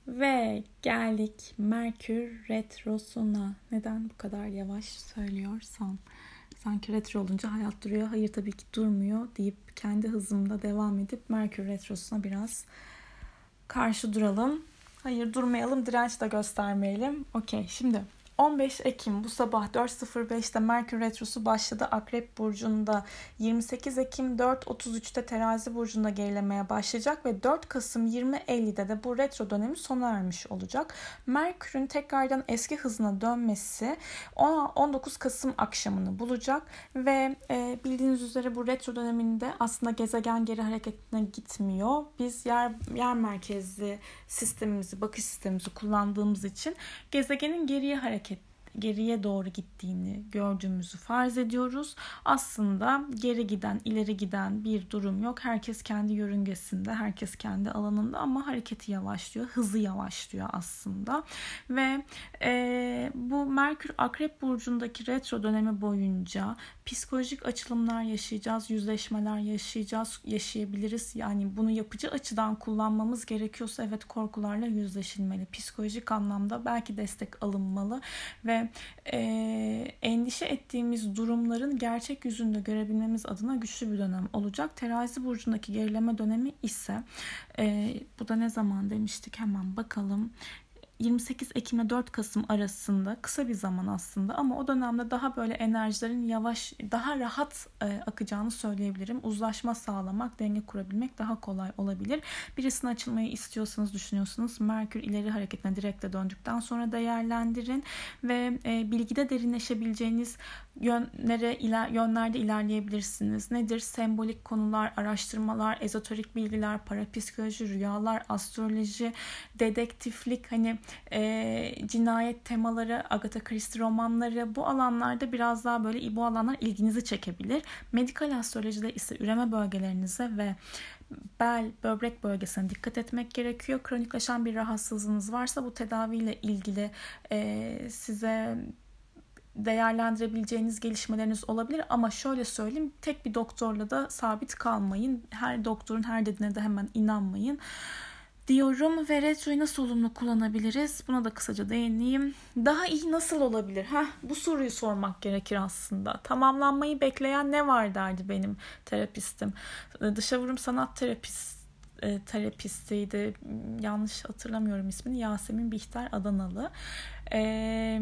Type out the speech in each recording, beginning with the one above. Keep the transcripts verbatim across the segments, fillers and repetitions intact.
Ve geldik Merkür Retrosu'na. Neden bu kadar yavaş söylüyorsam. Sanki retro olunca hayat duruyor. Hayır, tabii ki durmuyor deyip kendi hızımda devam edip Merkür Retrosu'na biraz karşı duralım. Hayır, durmayalım, direnç de göstermeyelim. Okey, şimdi on beş Ekim bu sabah dört sıfır beşte Merkür Retrosu başladı Akrep Burcu'nda. yirmi sekiz Ekim dört otuz üçte Terazi Burcu'nda gerilemeye başlayacak ve dört Kasım yirmi ellide de bu retro dönemi sona ermiş olacak. Merkür'ün tekrardan eski hızına dönmesi on dokuz Kasım akşamını bulacak ve e, bildiğiniz üzere bu retro döneminde aslında gezegen geri hareketine gitmiyor. Biz yer, yer merkezli sistemimizi, bakış sistemimizi kullandığımız için gezegenin geriye hareket geriye doğru gittiğini gördüğümüzü farz ediyoruz. Aslında geri giden, ileri giden bir durum yok. Herkes kendi yörüngesinde, herkes kendi alanında ama hareketi yavaşlıyor, hızı yavaşlıyor aslında. Ve e, bu Merkür Akrep Burcu'ndaki retro dönemi boyunca psikolojik açılımlar yaşayacağız, yüzleşmeler yaşayacağız, yaşayabiliriz. Yani bunu yapıcı açıdan kullanmamız gerekiyorsa evet, korkularla yüzleşilmeli. Psikolojik anlamda belki destek alınmalı ve e, endişe ettiğimiz durumların gerçek yüzünde görebilmemiz adına güçlü bir dönem olacak. Terazi Burcu'ndaki gerileme dönemi ise e, bu da ne zaman demiştik, hemen bakalım. yirmi sekiz Ekim ile dört Kasım arasında, kısa bir zaman aslında ama o dönemde daha böyle enerjilerin yavaş, daha rahat e, akacağını söyleyebilirim. Uzlaşma sağlamak, denge kurabilmek daha kolay olabilir. Birisine açılmayı istiyorsanız, düşünüyorsanız Merkür ileri hareketine direkte döndükten sonra değerlendirin ve e, bilgide derinleşebileceğiniz yönlere, iler, yönlerde ilerleyebilirsiniz. Nedir? Sembolik konular, araştırmalar, ezoterik bilgiler, parapsikoloji, rüyalar, astroloji, dedektiflik, hani E, cinayet temaları, Agatha Christie romanları, bu alanlarda biraz daha böyle bu alanlar ilginizi çekebilir. Medikal astrolojide ise üreme bölgelerinize ve bel, böbrek bölgesine dikkat etmek gerekiyor. Kronikleşen bir rahatsızlığınız varsa bu tedaviyle ilgili e, size değerlendirebileceğiniz gelişmeleriniz olabilir ama şöyle söyleyeyim, tek bir doktorla da sabit kalmayın. Her doktorun her dediğine de hemen inanmayın diyorum ve retroyu nasıl olumlu kullanabiliriz? Buna da kısaca değineyim. Daha iyi nasıl olabilir? Heh, bu soruyu sormak gerekir aslında. Tamamlanmayı bekleyen ne var derdi benim terapistim. Dışa vurum sanat terapist e, terapistiydi. Yanlış hatırlamıyorum ismini. Yasemin Bihter Adanalı. Eee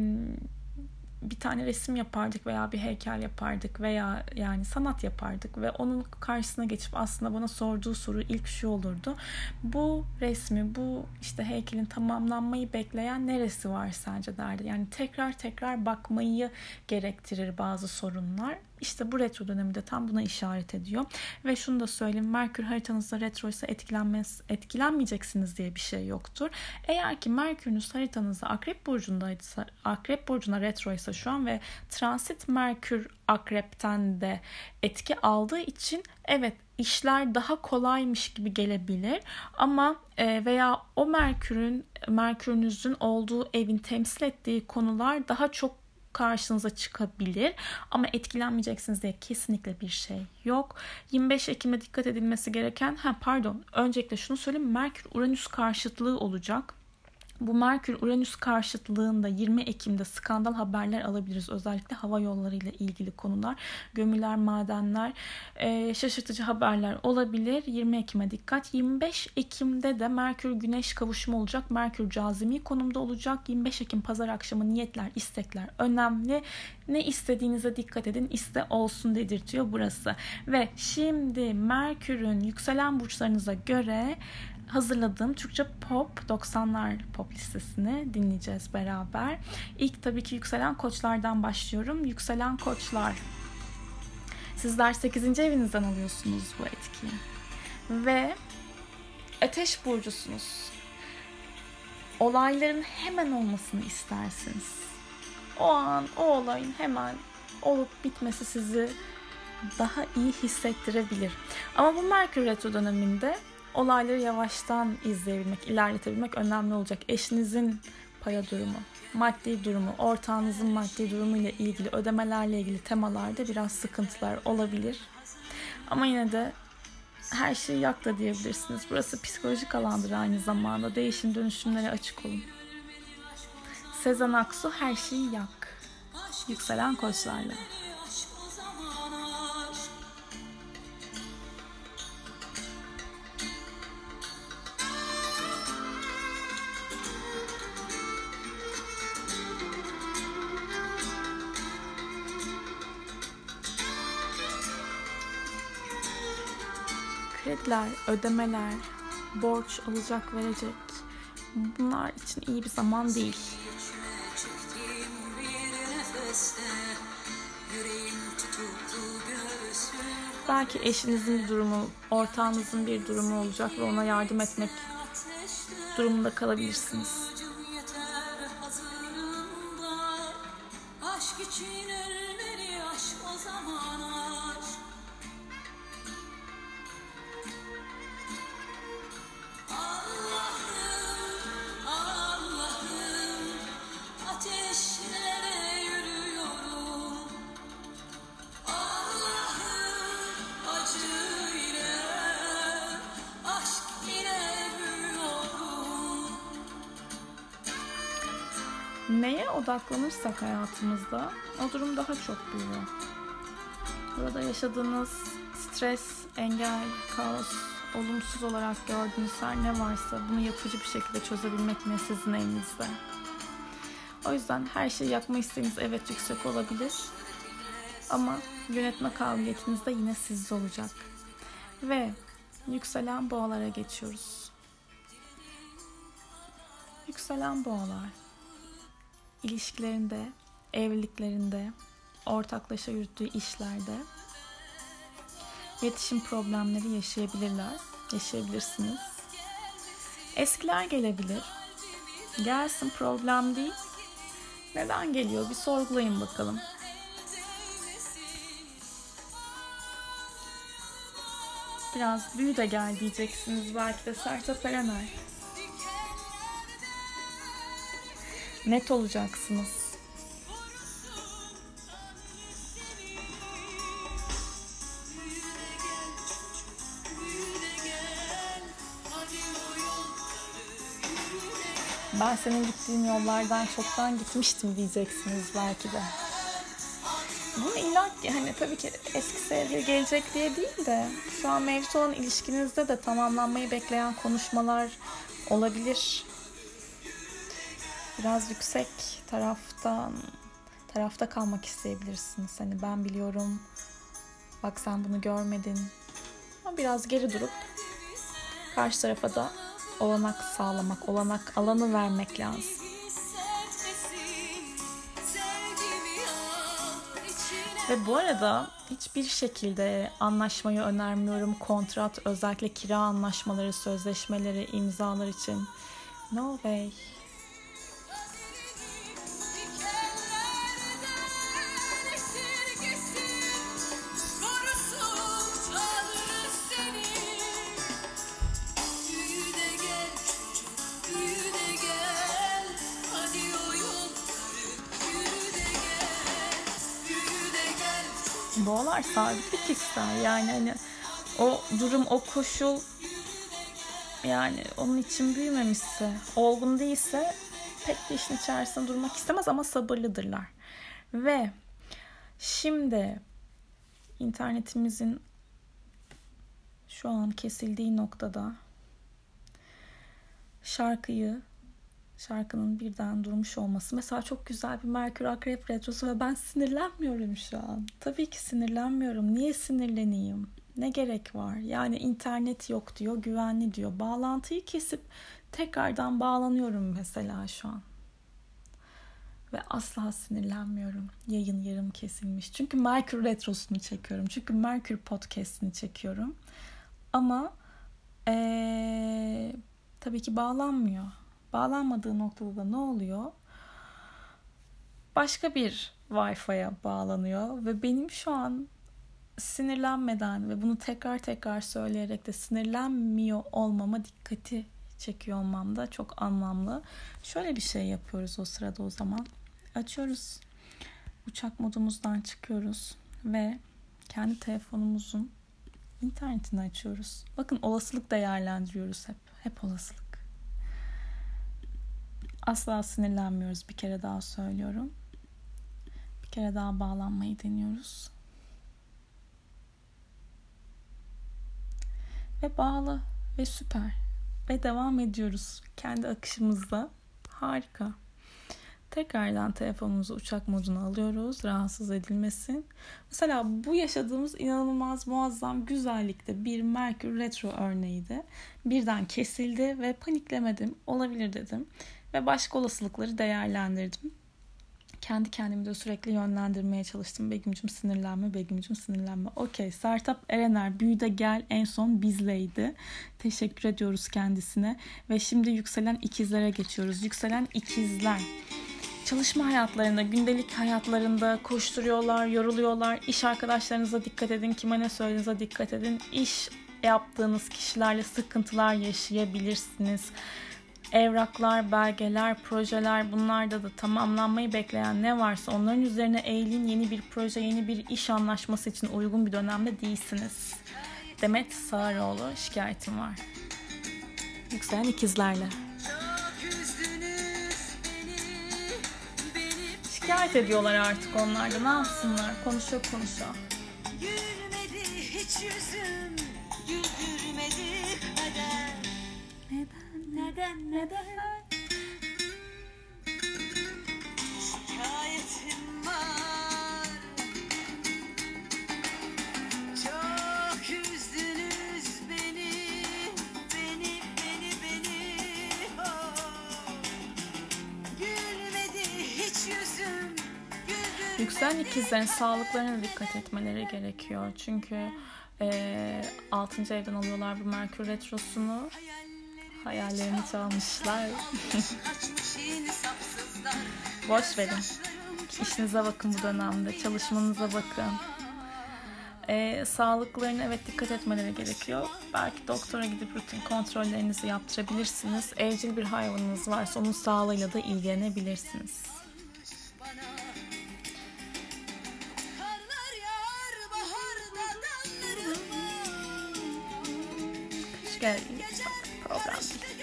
bir tane resim yapardık veya bir heykel yapardık veya yani sanat yapardık ve onun karşısına geçip aslında bana sorduğu soru ilk şu olurdu: bu resmi, bu işte heykelin tamamlanmayı bekleyen neresi var sence derdi. Yani tekrar tekrar bakmayı gerektirir bazı sorunlar. İşte bu retro dönemi de tam buna işaret ediyor. Ve şunu da söyleyeyim, Merkür haritanızda retro ise etkilenmez, etkilenmeyeceksiniz diye bir şey yoktur. Eğer ki Merkür'ünüz haritanızda Akrep Burcu'ndaysa, Akrep Burcu'na retro ise şu an ve transit Merkür Akrep'ten de etki aldığı için evet, işler daha kolaymış gibi gelebilir ama e, veya o Merkür'ün Merkür'ünüzün olduğu evin temsil ettiği konular daha çok karşınıza çıkabilir ama etkilenmeyeceksiniz diye kesinlikle bir şey yok. yirmi beş Ekim'e dikkat edilmesi gereken, ha pardon, öncelikle şunu söyleyeyim, Merkür Uranüs karşıtlığı olacak. Bu Merkür-Uranüs karşıtlığında yirmi Ekim'de skandal haberler alabiliriz. Özellikle hava yolları ile ilgili konular, gömüler, madenler, e, şaşırtıcı haberler olabilir. yirmi Ekim'e dikkat. yirmi beş Ekim'de de Merkür-Güneş kavuşumu olacak. Merkür cazimi konumda olacak. yirmi beş Ekim pazar akşamı niyetler, istekler önemli. Ne istediğinize dikkat edin. İste olsun dedirtiyor burası. Ve şimdi Merkür'ün yükselen burçlarınıza göre hazırladığım Türkçe pop doksanlar pop listesini dinleyeceğiz beraber. İlk tabii ki yükselen koçlardan başlıyorum. Yükselen koçlar, sizler sekizinci evinizden alıyorsunuz bu etkiyi. Ve ateş burcusunuz. Olayların hemen olmasını istersiniz. O an o olayın hemen olup bitmesi sizi daha iyi hissettirebilir. Ama bu Merkür retro döneminde olayları yavaştan izleyebilmek, ilerletebilmek önemli olacak. Eşinizin paya durumu, maddi durumu, ortağınızın maddi durumu ile ilgili, ödemelerle ilgili temalarda biraz sıkıntılar olabilir. Ama yine de her şeyi yak da diyebilirsiniz. Burası psikolojik alandır aynı zamanda. Değişim dönüşümlere açık olun. Sezen Aksu her şeyi yak. Yükselen koçlarla. Krediler, ödemeler, borç, alacak verecek, bunlar için iyi bir zaman değil. Belki eşinizin bir durumu, ortağınızın bir durumu olacak ve ona yardım etmek durumunda kalabilirsiniz. Neye odaklanırsak hayatımızda o durum daha çok büyüyor. Burada yaşadığınız stres, engel, kaos, olumsuz olarak gördüğünüz her ne varsa bunu yapıcı bir şekilde çözebilmek mi sizin elinizde. O yüzden her şeyi yapma isteğiniz evet yüksek olabilir. Ama yönetme kabiliyetiniz de yine sizde olacak. Ve yükselen boğalara geçiyoruz. Yükselen boğalar. İlişkilerinde, evliliklerinde, ortaklaşa yürüttüğü işlerde iletişim problemleri yaşayabilirler, yaşayabilirsiniz. Eskiler gelebilir. Gelsin, problem değil. Neden geliyor? Bir sorgulayın bakalım. Biraz büyü de gel diyeceksiniz. Belki de Sertab Erener. Net olacaksınız. Ben senin gittiğin yollardan çoktan gitmiştim diyeceksiniz belki de. Bunu illa hani tabii ki eski sevgili gelecek diye değil de şu an mevcut olan ilişkinizde de tamamlanmayı bekleyen konuşmalar olabilir. Biraz yüksek taraftan tarafta kalmak isteyebilirsiniz. Hani ben biliyorum, bak sen bunu görmedin. Ama biraz geri durup karşı tarafa da olanak sağlamak, olanak alanı vermek lazım. Ve bu arada hiçbir şekilde anlaşmayı önermiyorum. Kontrat, özellikle kira anlaşmaları, sözleşmeleri, imzalar için. No way. Boğalar sabitlik ister. Yani hani o durum, o koşul yani onun için büyümemişse, olgun değilse pek de işin içerisinde durmak istemez ama sabırlıdırlar. Ve şimdi internetimizin şu an kesildiği noktada şarkıyı Şarkının birden durmuş olması. Mesela çok güzel bir Merkür Akrep Retrosu ve ben sinirlenmiyorum şu an. Tabii ki sinirlenmiyorum. Niye sinirleneyim? Ne gerek var? Yani internet yok diyor, güvenli diyor. Bağlantıyı kesip tekrardan bağlanıyorum mesela şu an. Ve asla sinirlenmiyorum. Yayın yarım kesilmiş. Çünkü Merkür Retrosu'nu çekiyorum. Çünkü Merkür Podcast'ini çekiyorum. Ama ee, tabii ki bağlanmıyor. Bağlanmadığı noktada da ne oluyor? Başka bir Wi-Fi'ye bağlanıyor ve benim şu an sinirlenmeden ve bunu tekrar tekrar söyleyerek de sinirlenmiyor olmama dikkati çekiyor olmam da çok anlamlı. Şöyle bir şey yapıyoruz o sırada o zaman. Açıyoruz. Uçak modumuzdan çıkıyoruz ve kendi telefonumuzun İnternetini açıyoruz. Bakın olasılık değerlendiriyoruz hep. Hep olasılık. Asla sinirlenmiyoruz, bir kere daha söylüyorum. Bir kere daha bağlanmayı deniyoruz. Ve bağlı ve süper. Ve devam ediyoruz kendi akışımızda. Harika. Tekrardan telefonumuzu uçak moduna alıyoruz. Rahatsız edilmesin. Mesela bu yaşadığımız inanılmaz muazzam güzellikte bir Merkür Retro örneğiydi. Birden kesildi ve paniklemedim. Olabilir dedim. Ve başka olasılıkları değerlendirdim. Kendi kendimi de sürekli yönlendirmeye çalıştım. Begüm'cüm sinirlenme, Begüm'cüm sinirlenme. Okey, Sertab Erener, büyü de gel en son bizleydi. Teşekkür ediyoruz kendisine. Ve şimdi yükselen ikizlere geçiyoruz. Yükselen ikizler. Çalışma hayatlarında, gündelik hayatlarında koşturuyorlar, yoruluyorlar. İş arkadaşlarınıza dikkat edin, kime ne söylediğinize dikkat edin. İş yaptığınız kişilerle sıkıntılar yaşayabilirsiniz. Evraklar, belgeler, projeler, bunlarda da tamamlanmayı bekleyen ne varsa onların üzerine eğilin. Yeni bir proje, yeni bir iş anlaşması için uygun bir dönemde değilsiniz. Demet Sağaroğlu, şikayetim var. Yükselen ikizlerle. Şikayet ediyorlar artık onlar da. Ne yapsınlar? Konuşa konuşa. Gülmedi hiç yüzüm, güldürmedi kader. Neden, neden, neden? Şikayetim var. Çok üzdünüz beni, beni, beni, beni. Oh. Gülmedi hiç yüzüm. Yükselen ikizlerin sağlıklarına dikkat etmeleri gerekiyor. Çünkü e, altıncı evden alıyorlar bu Merkür Retrosu'nu. Hayallerini çalmışlar. Boş verin. İşinize bakın bu dönemde. Çalışmanıza bakın. Ee, sağlıklarına evet dikkat etmeleri gerekiyor. Belki doktora gidip rutin kontrollerinizi yaptırabilirsiniz. Evcil bir hayvanınız varsa onun sağlığıyla da ilgilenebilirsiniz. Kış gel. Problem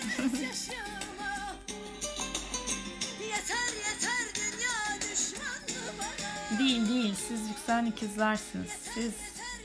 değil, değil. Siz yükselen ikizlersiniz. Siz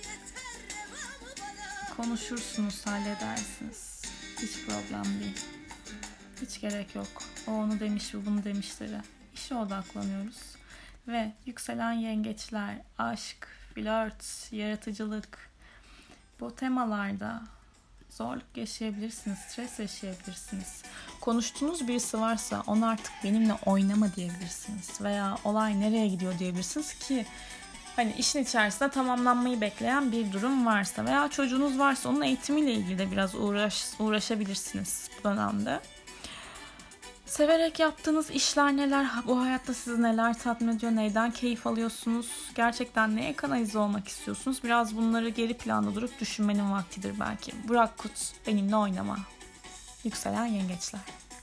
konuşursunuz, halledersiniz. Hiç problem değil. Hiç gerek yok. O onu demiş, bu bunu demişleri. İşe odaklanıyoruz. Ve yükselen yengeçler, aşk, flört, yaratıcılık, bu temalarda zorluk yaşayabilirsiniz, stres yaşayabilirsiniz. Konuştuğunuz birisi varsa ona artık benimle oynama diyebilirsiniz. Veya olay nereye gidiyor diyebilirsiniz ki hani işin içerisinde tamamlanmayı bekleyen bir durum varsa veya çocuğunuz varsa onun eğitimiyle ilgili de biraz uğraş, uğraşabilirsiniz bu dönemde. Severek yaptığınız işler neler? Bu hayatta sizi neler tatmin ediyor? Neyden keyif alıyorsunuz? Gerçekten neye kanalize olmak istiyorsunuz? Biraz bunları geri planda durup düşünmenin vaktidir belki. Burak Kut, benimle oynama. Yükselen yengeçler.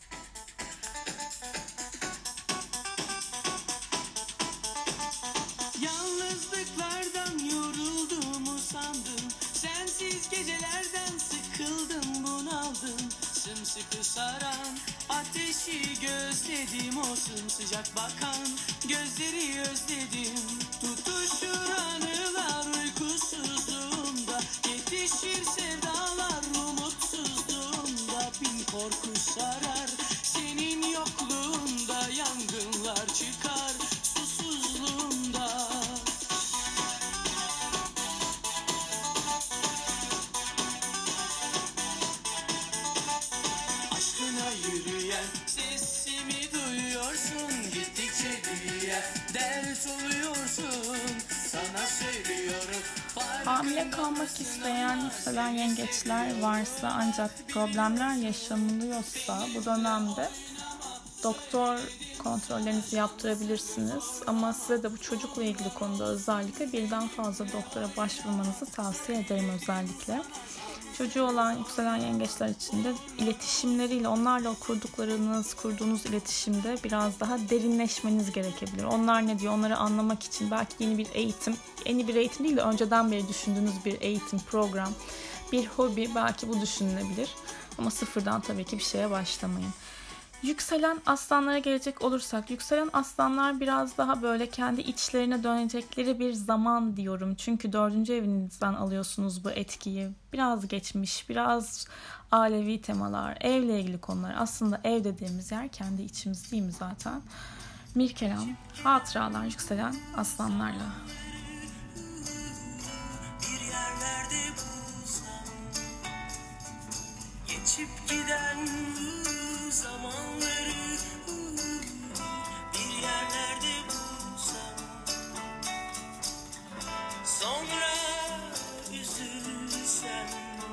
Yalnızlıklardan yorulduğumu sandım. Sensiz gecelerden sıkıldım, bunaldım. Sımsıkı saran ateşi gözledim, o sımsıcak bakan gözleri özledim. Tutuşur anılar uykusuzluğumda, yetişir sevdalar umutsuzluğumda. Bin korku sarar senin yokluğunda, yangınlar çıkar susuzluğumda. Sesimi duyuyorsun, gittikçe büyüyen dert oluyorsun, sana söylüyorum. Hamile kalmak isteyen yükselen yengeçler varsa ancak problemler yaşanılıyorsa bu dönemde doktor kontrollerinizi yaptırabilirsiniz. Ama size de bu çocukla ilgili konuda özellikle birden fazla doktora başvurmanızı tavsiye ederim özellikle. Çocuğu olan yükselen yengeçler için de iletişimleriyle, onlarla kurduklarınız, kurduğunuz iletişimde biraz daha derinleşmeniz gerekebilir. Onlar ne diyor, onları anlamak için belki yeni bir eğitim, yeni bir eğitim değil de önceden beri düşündüğünüz bir eğitim, program, bir hobi, belki bu düşünülebilir. Ama sıfırdan tabii ki bir şeye başlamayın. Yükselen aslanlara gelecek olursak, yükselen aslanlar biraz daha böyle kendi içlerine dönecekleri bir zaman diyorum. Çünkü dördüncü evinizden alıyorsunuz bu etkiyi. Biraz geçmiş, biraz ailevi temalar, evle ilgili konular. Aslında ev dediğimiz yer kendi içimiz değil mi zaten? Mirkelam, hatıralar yükselen aslanlarla. Bir yerlerde bulsam, geçip giden zamanları, bir yerlerde bulsam, sonra üzülsem,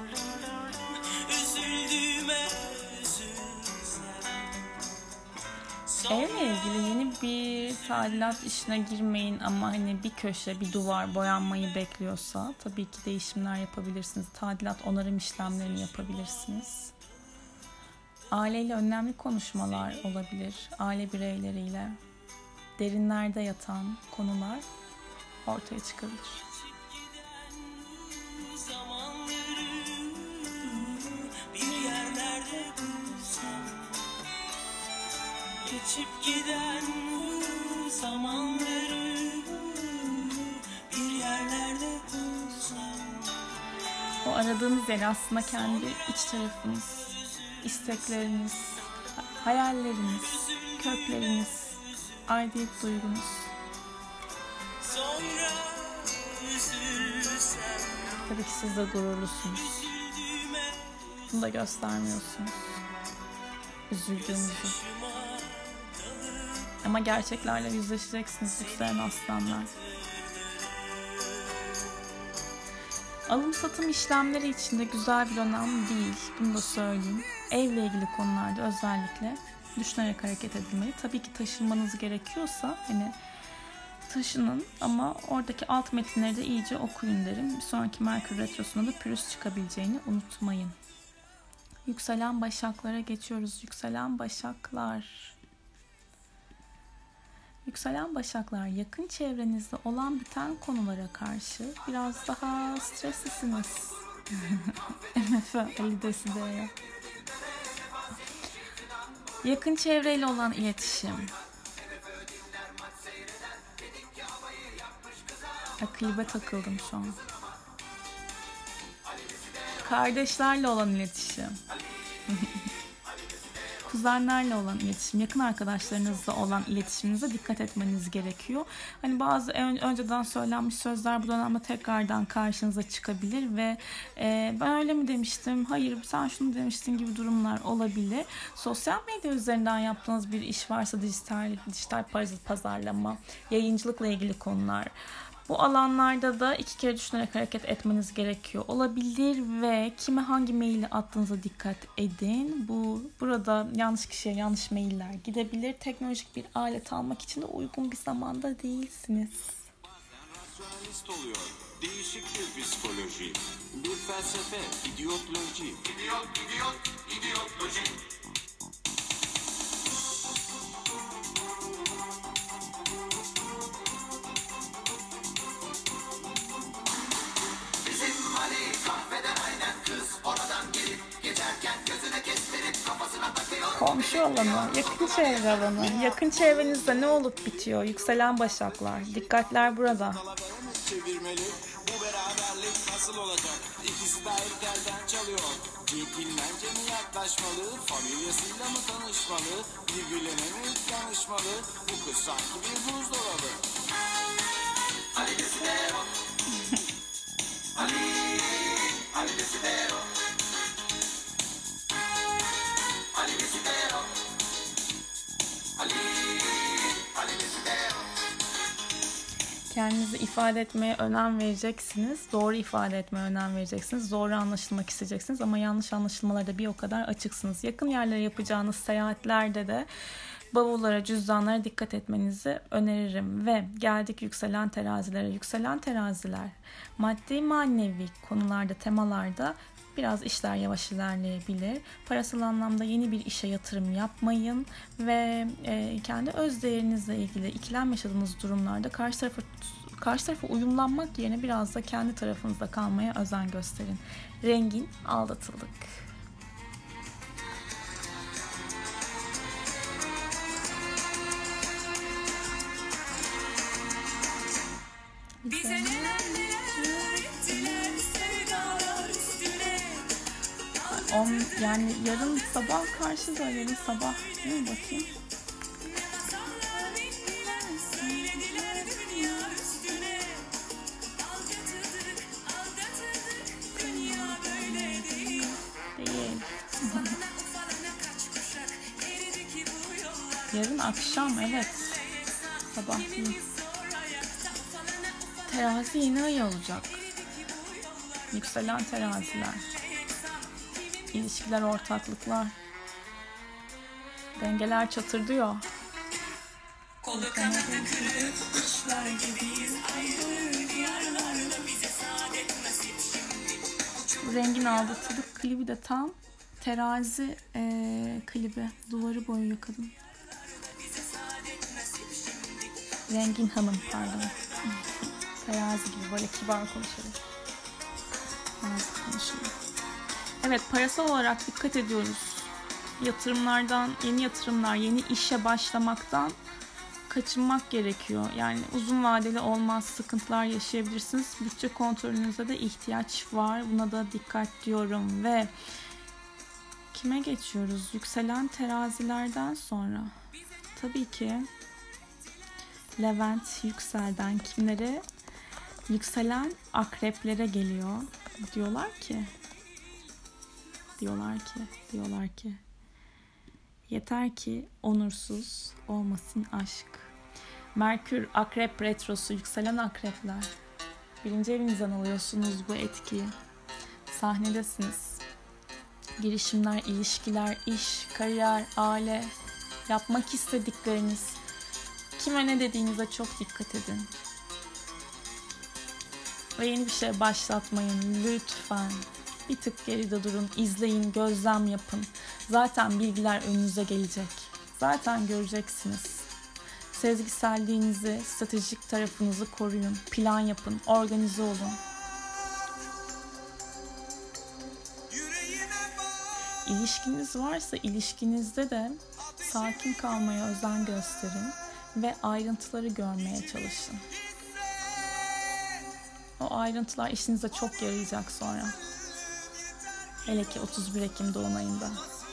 üzüldüğüme üzülsem. Evle ilgili yeni bir tadilat işine girmeyin ama hani bir köşe, bir duvar boyanmayı bekliyorsa tabii ki değişimler yapabilirsiniz. Tadilat, onarım işlemlerini yapabilirsiniz. Aileyle önemli konuşmalar olabilir. Aile bireyleriyle derinlerde yatan konular ortaya çıkabilir. Bir yerlerde bulsam, geçip giden zamanları, bir yerlerde bulsam. O aradığınız yer aslında kendi iç tarafınız, istekleriniz, hayalleriniz, kökleriniz, aidiyet duygunuz. Sonra üzülsem, Tabii ki siz de gururlusunuz. Bunu da göstermiyorsunuz. Üzüldüğünüzü. Ama gerçeklerle yüzleşeceksiniz yükselen aslanlar. Alım satım işlemleri için de güzel bir dönem değil. Bunu da söyleyeyim. Evle ilgili konularda özellikle düşünerek hareket edilmeli. Tabii ki taşınmanız gerekiyorsa hani taşının ama oradaki alt metinleri de iyice okuyun derim. Bir sonraki Merkür Retrosu'nda da pürüz çıkabileceğini unutmayın. Yükselen başaklara geçiyoruz. Yükselen başaklar. Yükselen başaklar, yakın çevrenizde olan biten konulara karşı biraz daha streslisiniz. M F Ali Deside'ye. Yakın çevreyle olan iletişim. Ya, klibe takıldım şu an. Kardeşlerle olan iletişim. Kuzenlerle olan iletişim, yakın arkadaşlarınızla olan iletişiminize dikkat etmeniz gerekiyor. Hani bazı önceden söylenmiş sözler bu dönemde tekrardan karşınıza çıkabilir ve e, ben öyle mi demiştim, hayır sen şunu demiştin gibi durumlar olabilir. Sosyal medya üzerinden yaptığınız bir iş varsa dijital, dijital pazarlama, yayıncılıkla ilgili konular. Bu alanlarda da iki kere düşünerek hareket etmeniz gerekiyor olabilir ve kime hangi maili attığınıza dikkat edin. Bu burada yanlış kişiye yanlış mailler gidebilir. Teknolojik bir alet almak için de uygun bir zamanda değilsiniz. Rasyonalist oluyor. Değişik bir psikoloji. Bir felsefe, idiotloji. İdiot, idiot, idiotloji. Komşu alanı, yakın çevre alanı. Yakın çevrenizde ne olup bitiyor? Yükselen başaklar. Dikkatler burada. Çevirmeli. Bu beraberlik nasıl olacak? İkisi de ayrı telden çalıyor. Bilginlerce mi yaklaşmalı? Familyasıyla mı tanışmalı? Birbirlerine mi danışmalı? Bu kız sanki bir buzdolabı. Ali Desidero. Ali, Ali Desidero. Ali Desidero. Ali, Ali Desidero. Kendinizi ifade etmeye önem vereceksiniz. Doğru ifade etmeye önem vereceksiniz. Doğru anlaşılmak isteyeceksiniz ama yanlış anlaşılmalara da bir o kadar açıksınız. Yakın yerlere yapacağınız seyahatlerde de bavullara, cüzdanlara dikkat etmenizi öneririm. Ve geldik yükselen terazilere. Yükselen teraziler maddi manevi konularda, temalarda biraz işler yavaş ilerleyebilir. Parasal anlamda yeni bir işe yatırım yapmayın ve e, kendi öz değerinizle ilgili ikilem yaşadığınız durumlarda karşı tarafa karşı tarafa uyumlanmak yerine biraz da kendi tarafınızda kalmaya özen gösterin. Rengin aldatıldık. Bize neler neler ettiler sevdalar üstüne. On, yani yarın sabah karşı da yarın sabah değil mi bakayım? Masallar ettiler, söylediler dünya üstüne. Aldatıldık, aldatıldık, dünya böyle değil. Değil. Ufalana ufalana kaç kuşak eridi ki bu yollar. Yarın akşam evet. Sabah değil. Terazi yeni ay olacak. Yükselen teraziler. İlişkiler, ortaklıklar. Dengeler çatırdıyor. Kolu kanadı kırık kuşlar gibiyiz ayrı diyarlarda bize saadet nasip şimdi. Rengin aldatıldık klibi de tam terazi ee, klibi. Duvarı boyuyor kadın. Rengin hanım pardon. Terazi gibi böyle kibar konuşuyor. Nazik konuşuyor. Evet, parasal olarak dikkat ediyoruz. Yatırımlardan, yeni yatırımlar, yeni işe başlamaktan kaçınmak gerekiyor. Yani uzun vadeli olmaz, sıkıntılar yaşayabilirsiniz. Bütçe kontrolünüze de ihtiyaç var. Buna da dikkat diyorum ve kime geçiyoruz? Yükselen terazilerden sonra. Tabii ki Levent Yüksel'den kimlere? Yükselen akreplere geliyor. Diyorlar ki diyorlar ki diyorlar ki yeter ki onursuz olmasın aşk. Merkür akrep retrosu, yükselen akrepler. Birinci evinizden alıyorsunuz bu etkiyi. Sahnedesiniz. Girişimler, ilişkiler, iş, kariyer, aile, yapmak istedikleriniz. Kime ne dediğinize çok dikkat edin. Ve yeni bir şey başlatmayın lütfen. Bir tık geride durun, izleyin, gözlem yapın. Zaten bilgiler önünüze gelecek. Zaten göreceksiniz. Sezgiselliğinizi, stratejik tarafınızı koruyun. Plan yapın, organize olun. İlişkiniz varsa ilişkinizde de sakin kalmaya özen gösterin ve ayrıntıları görmeye çalışın. O ayrıntılar işinize çok yarayacak sonra. Hele ki otuz bir Ekim doğum ayında.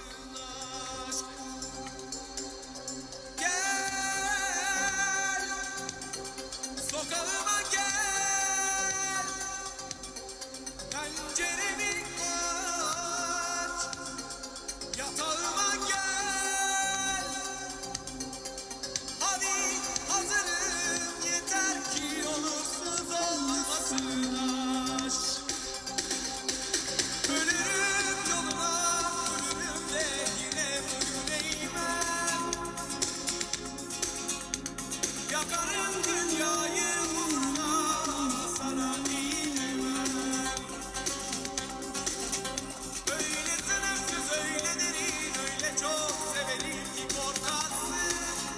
Sokağıma gel, penceremi aç, yatağıma gel. Hadi hazırım, yeter ki olursuz olmasın aşk. Ölürüm yoluna, ölürüm de yine ölmeyim. Yakarım dünyayı uğruna, sana değilim. Öyle sınırsız, öyle derin, öyle çok severim ki korkarsın.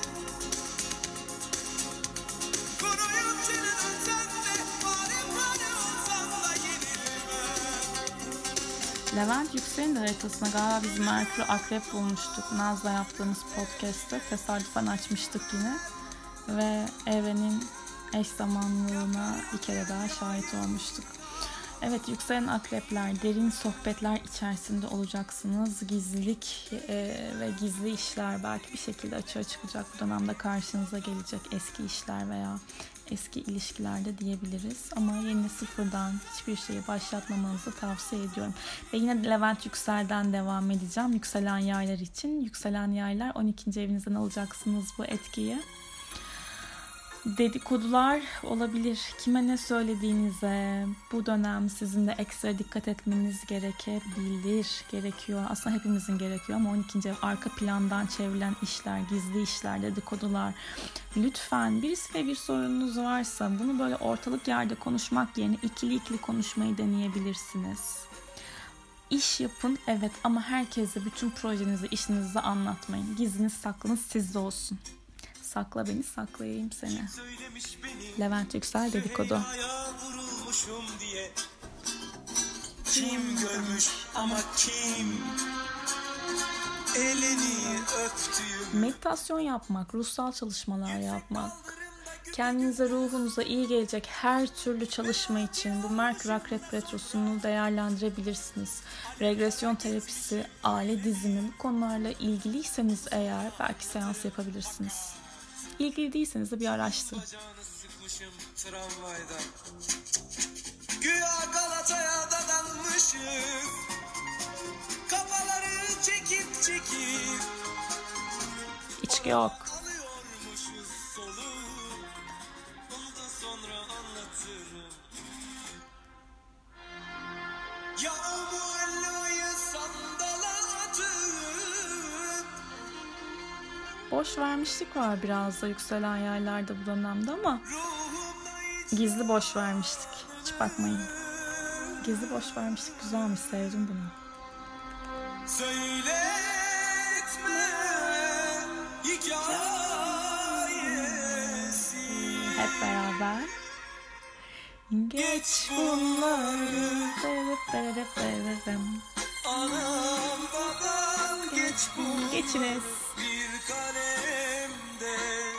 Kuruyup çürürsen de, bari bari olsan da yenilmem. Levent Yüksel'in de haritasına galiba biz Merkür Akrep bulmuştuk. Naz'la yaptığımız podcast'te tesadüfen açmıştık yine. Ve evrenin eş zamanlılığına bir kere daha şahit olmuştuk. Evet, yükselen akrepler, derin sohbetler içerisinde olacaksınız. Gizlilik e, ve gizli işler belki bir şekilde açığa çıkacak. Bu dönemde karşınıza gelecek eski işler veya eski ilişkilerde diyebiliriz. Ama yeni sıfırdan hiçbir şeyi başlatmamanızı tavsiye ediyorum. Ve yine Levent Yüksel'den devam edeceğim. Yükselen yaylar için. Yükselen yaylar on ikinci evinizden alacaksınız bu etkiyi. Dedikodular olabilir. Kime ne söylediğinize bu dönem sizin de ekstra dikkat etmeniz gerekebilir. Gerekiyor. Aslında hepimizin gerekiyor ama on ikinci ev arka plandan çevrilen işler, gizli işler, dedikodular. Lütfen birisiyle bir sorununuz varsa bunu böyle ortalık yerde konuşmak yerine ikili ikili konuşmayı deneyebilirsiniz. İş yapın evet ama herkese bütün projenizi, işinizi anlatmayın. Gizliniz saklınız sizde olsun. Sakla beni, saklayayım seni. Levent Yüksel dedikodu. Diye. Kim görmüş ama kim elini öptüğüm. Meditasyon yapmak, ruhsal çalışmalar yapmak, kendinize, ruhunuza iyi gelecek her türlü çalışma için bu Merkür Akrep Retrosu'nu değerlendirebilirsiniz. Regresyon terapisi, aile dizimi, bu konularla ilgiliyseniz eğer belki seans yapabilirsiniz. İlgili değilseniz de bir araştırın. Güya Galata'ya dadanmışız, kafaları çekip çekip İçki yok. alıyormuşuz soluğu. Onu da sonra anlatırım. Ya o muallayı sandala atıp. Boş vermişlik var biraz da yükselen yerlerde bu dönemde ama gizli boş vermişlik. Hiç bakmayın. Gizli boş vermişlik güzelmiş. Sevdim bunu. Söyletme hikayesi. Hep beraber. Geç bunları. Anam babam geç bu. Geçiniz. Bir kalemde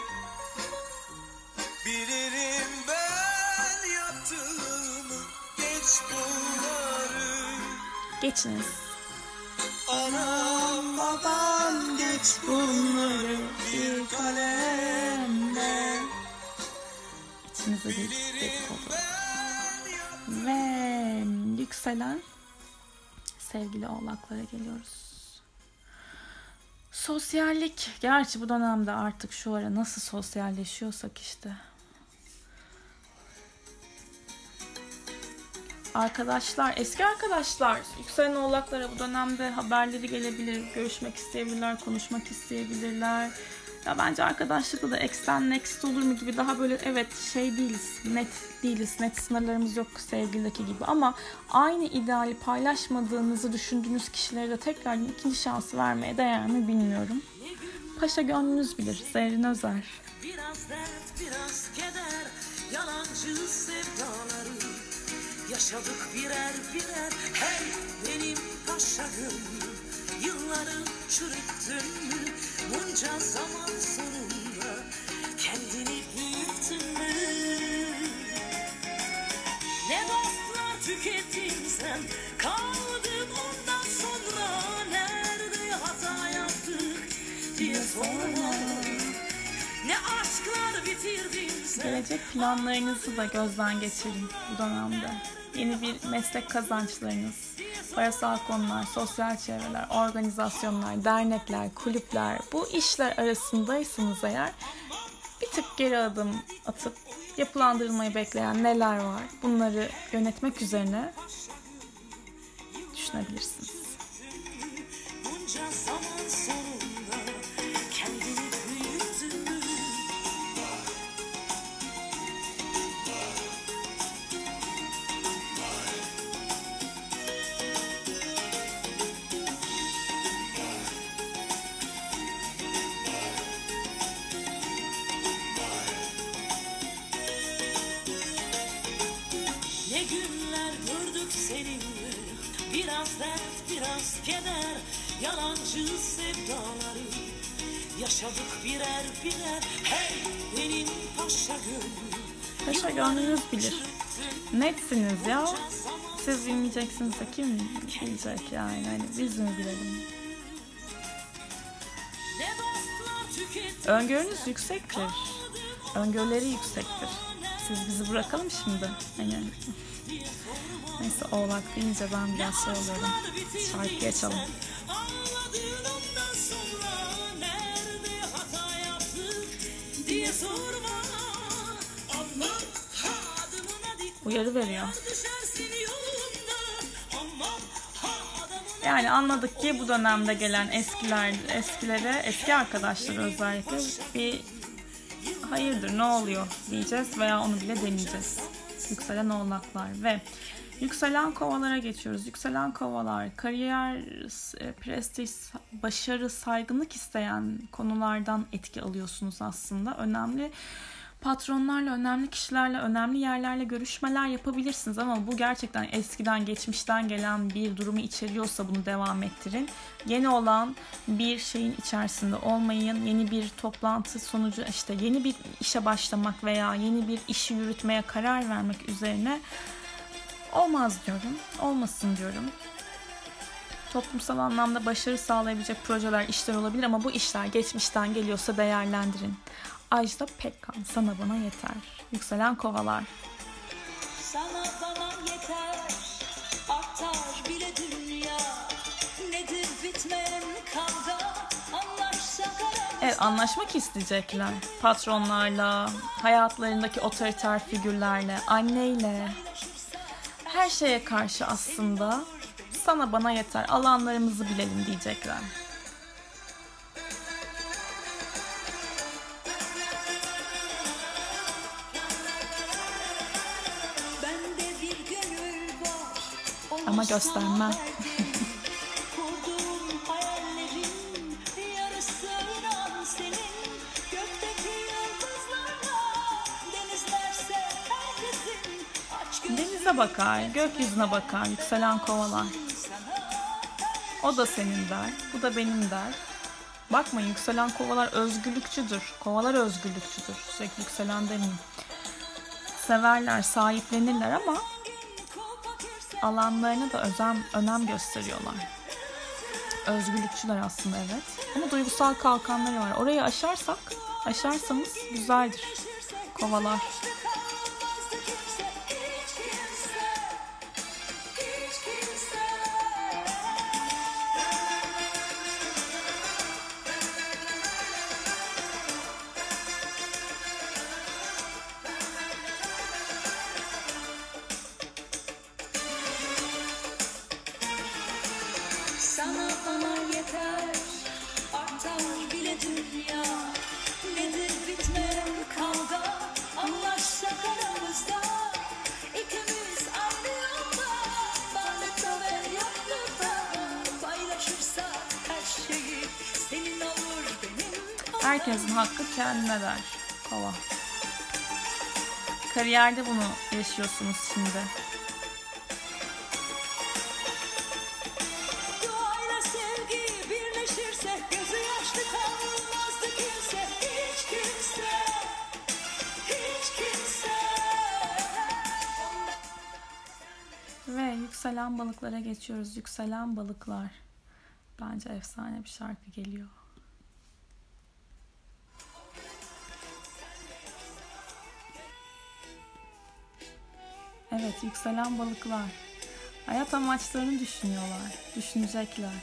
bilirim ben yaptığımı. Geç bunları. Geçiniz. Anam babam geç bunları. Bir kalemde İçinize bir dedikodu. ben yaptığımı. Ve yükselen sevgili oğlaklara geliyoruz. Sosyallik. Gerçi bu dönemde artık şu ara nasıl sosyalleşiyorsak işte. Arkadaşlar, eski arkadaşlar, yükselen oğlaklara bu dönemde haberleri gelebilir, görüşmek isteyebilirler, konuşmak isteyebilirler. Ya bence arkadaşlıkta da X'ten next olur mu gibi daha böyle evet şey değiliz, net değiliz, net sınırlarımız yok sevgilideki gibi ama aynı ideali paylaşmadığınızı düşündüğünüz kişilere de tekrar ikinci şansı vermeye değer mi bilmiyorum. Paşa gönlünüz bilir, Zerrin Özer. Biraz dert, biraz keder, yalancı sevdaları yaşadık birer birer. Hey benim paşa gönlüm, yılları çürüttün mü? Bunca zaman sonunda kendini büyüttün mü? Ne dostlar tükettin sen, kaldın ondan sonra. Nerede hata yaptık diye sorma. Ne aşklar bitirdin sen. Gelecek planlarınızı da gözden geçirin bu dönemde. Yeni bir meslek kazançlarınız, parasal konular, sosyal çevreler, organizasyonlar, dernekler, kulüpler, bu işler arasındaysanız eğer bir tık geri adım atıp yapılandırılmayı bekleyen neler var bunları yönetmek üzerine düşünebilirsiniz. Bunca zaman sonunda kendini büyüttün mü? Ne günler gördük seninle, biraz dert biraz keder, yalancı sevdaları yaşadık birer birer. Hey benim paşa gönlüm, Paşa gönlünüz bilir. Netsiniz ya. Siz bilmeyeceksiniz de kim bilecek yani. Hani biz mi bilelim? ne dostlar tükettin. Öngörünüz yüksektir. Öngörüleri yüksektir. Siz bizi bırakalım şimdi. Hani neyse oğlak deyince ben biraz şey oluyorum. Şarkı açalım. Ağladın ondan sonra nerede hata yaptık diye sorma. Aman ha adımına dikkat Uyarı veriyor. düşersin yolunda. Aman ha adamına. Yani anladık ki bu dönemde gelen eskiler, eskilere, eski arkadaşlar özellikle bir hayırdır ne oluyor diyeceğiz veya onu bile demeyeceğiz. Yükselen oğlaklar ve Yükselen kovalara geçiyoruz. Yükselen kovalar, kariyer, e, prestij, başarı, saygınlık isteyen konulardan etki alıyorsunuz aslında. Önemli patronlarla, önemli kişilerle, önemli yerlerle görüşmeler yapabilirsiniz ama bu gerçekten eskiden, geçmişten gelen bir durumu içeriyorsa bunu devam ettirin. Yeni olan bir şeyin içerisinde olmayın. Yeni bir toplantı sonucu, işte yeni bir işe başlamak veya yeni bir işi yürütmeye karar vermek üzerine olmaz diyorum. Olmasın diyorum. Toplumsal anlamda başarı sağlayabilecek projeler, işler olabilir ama bu işler geçmişten geliyorsa değerlendirin. Ajda Pekkan, sana bana yeter. Yükselen kovalar. Sana bana yeter, artar bile dünya. Nedir bitmeyen kavga, anlaşsak aramızda. Evet, anlaşmak isteyecekler. Patronlarla, hayatlarındaki otoriter figürlerle, anneyle. Her şeye karşı aslında sana bana yeter, alanlarımızı bilelim diyecekler. Bende bir gönül var, Ama göstermem. kurduğum hayallerin yarısı inan senin. Gökteki yıldızlarla denizlerse herkesin. Aç gözlü Denize bakar, gökyüzüne bakar, yükselen kovalar. O da senin der, bu da benim der. Bakmayın, yükselen kovalar özgürlükçüdür. Kovalar özgürlükçüdür. Sürekli yükselen demeyeyim. Severler, sahiplenirler ama alanlarına da özen, önem gösteriyorlar. Özgürlükçüler aslında, evet. Ama duygusal kalkanları var. Orayı aşarsak, aşarsanız güzeldir. Kovalar. Sana bana yeter, artar bile dünya. Nedir bitmeyen kavga, anlaşsak aramızda. İkimiz aynı yolda, varlıkta ve yoklukta. Paylaşırsak her şeyi, senin olur benim olur. Herkesin hakkı kendine der. Kova. Kariyerde bunu yaşıyorsunuz şimdi. Duayla sevgi birleşirse, gözü yaşlı kalmazdı kimse. Hiç kimse, hiç kimse. Ve yükselen balıklara geçiyoruz. Yükselen balıklar. Bence efsane bir şarkı geliyor. Evet, yükselen balıklar. Hayat amaçlarını düşünüyorlar. Düşünecekler.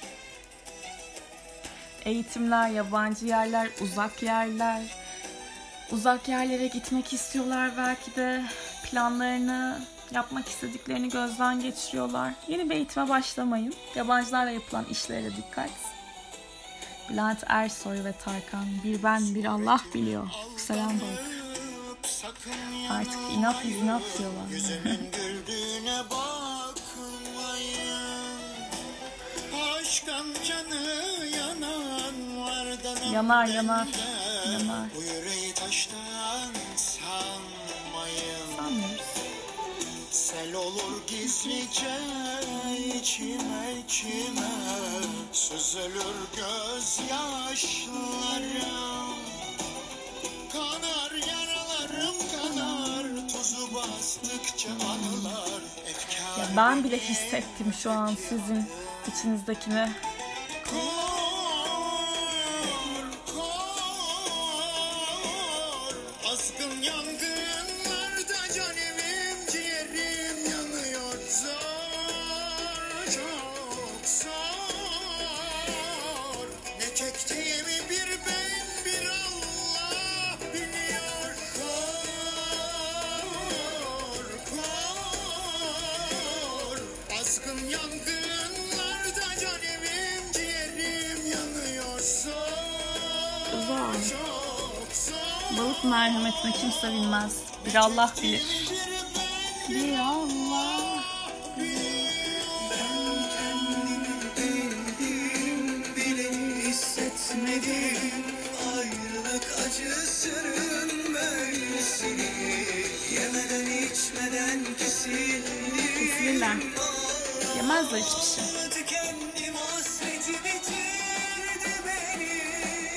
Eğitimler, yabancı yerler, uzak yerler. Uzak yerlere gitmek istiyorlar belki de. Planlarını, yapmak istediklerini gözden geçiriyorlar. Yeni bir eğitime başlamayın. Yabancılarla yapılan işlere dikkat. Bülent Ersoy ve Tarkan. Bir ben, bir Allah biliyor. Yükselen balık. Artık inat inat diyorlar. Yüzünün güldüğüne bakmayın. Aşktan canı yanan vardan Yanar, yanar, yanar. Bu yüreği taştan sanmayın. Sanmıyoruz. Sel olur gizlice içime içime, süzülür gözyaşlarım. Kanar yaralarım kanar, tuzu bastıkça anılar efkar. Ya ben bile hissettim şu an sizin içinizdekini. Kor, kor, azgın yangınlarda can evim ciğerim yanıyor. Zor, çok zor. Ne çektiğimi bir ben bir Allah biliyor. Kor, kor, azgın yangınlarda can evim ciğerim yanıyor. Zor, Zor. çok zor. Balık merhametini kimse bilmez. Bir Allah bilir. Bir Allah acısının böylesini yemeden içmeden kesildim. Kesilirler. Yemezler hiçbir şey. Tükendim, hasreti bitirdi beni.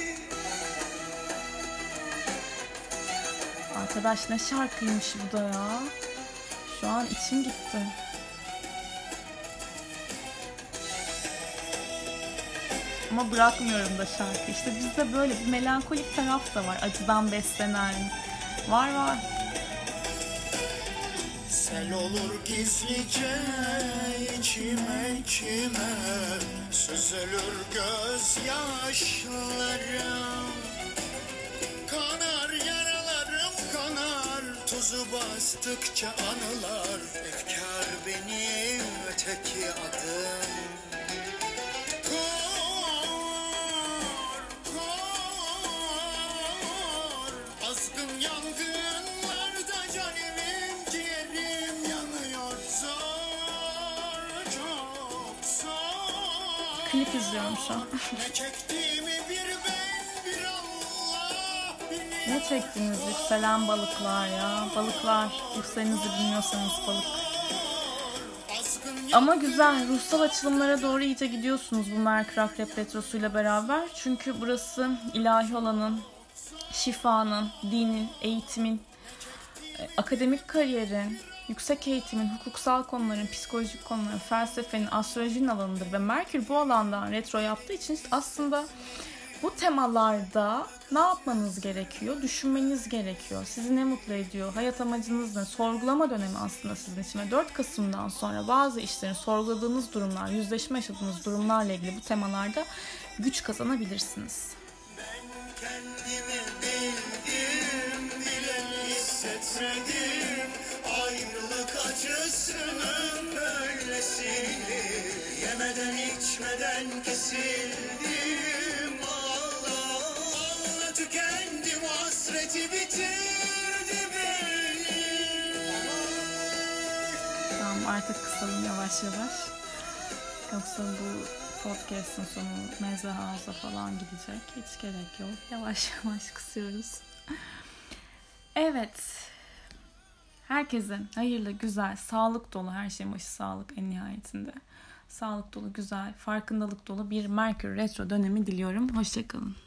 Arkadaş ne şarkıymış bu da ya. Şu an içim gitti. Ama bırakmıyorum da şarkı. İşte bizde böyle bir melankolik taraf da var. Acıdan beslenen. Var var. Sel olur gizlice içime içime, süzülür gözyaşlarım. Kanar yaralarım kanar, tuzu bastıkça anılar. Efkar benim öteki adım. Kor, kor, azgın yangınlarda can evim ciğerim yanıyor. Zor, çok zor. Klip izliyorum şu an. Ne çektiğimi bir ben bir Allah bilir. Ne çektiniz yükselen balıklar ya. Balıklar. Yükselinizi bilmiyorsanız balık. Azgın Ama güzel. Ruhsal açılımlara doğru iyice gidiyorsunuz bu Merkür Akrep Retrosu'yla beraber. Çünkü burası ilahi olanın, şifanın, dinin, eğitimin, e, akademik kariyerin, yüksek eğitimin, hukuksal konuların, psikolojik konuların, felsefenin, astrolojinin alanıdır. Ve Merkür bu alandan retro yaptığı için aslında bu temalarda ne yapmanız gerekiyor? Düşünmeniz gerekiyor. Sizi ne mutlu ediyor? Hayat amacınız ne? Sorgulama dönemi aslında sizin için. Ve dört Kasım'dan sonra bazı işlerin sorguladığınız durumlar, yüzleşme yaşadığınız durumlarla ilgili bu temalarda güç kazanabilirsiniz. kendimi bildim, bileni hissetmedim. Ayrılık acısının böylesini yemeden içmeden kesildim. Allah Allah tükendim, hasreti bitirdi beni. Tamam artık kısalım yavaş yavaş. Yoksa bu podcast'ın sonu mezahağıza falan gidecek. Hiç gerek yok. Yavaş yavaş kısıyoruz. Evet. Herkesin hayırlı, güzel, sağlık dolu, her şeyin başı sağlık en nihayetinde. Sağlık dolu, güzel, farkındalık dolu bir Merkür Retro dönemi diliyorum. Hoşça kalın.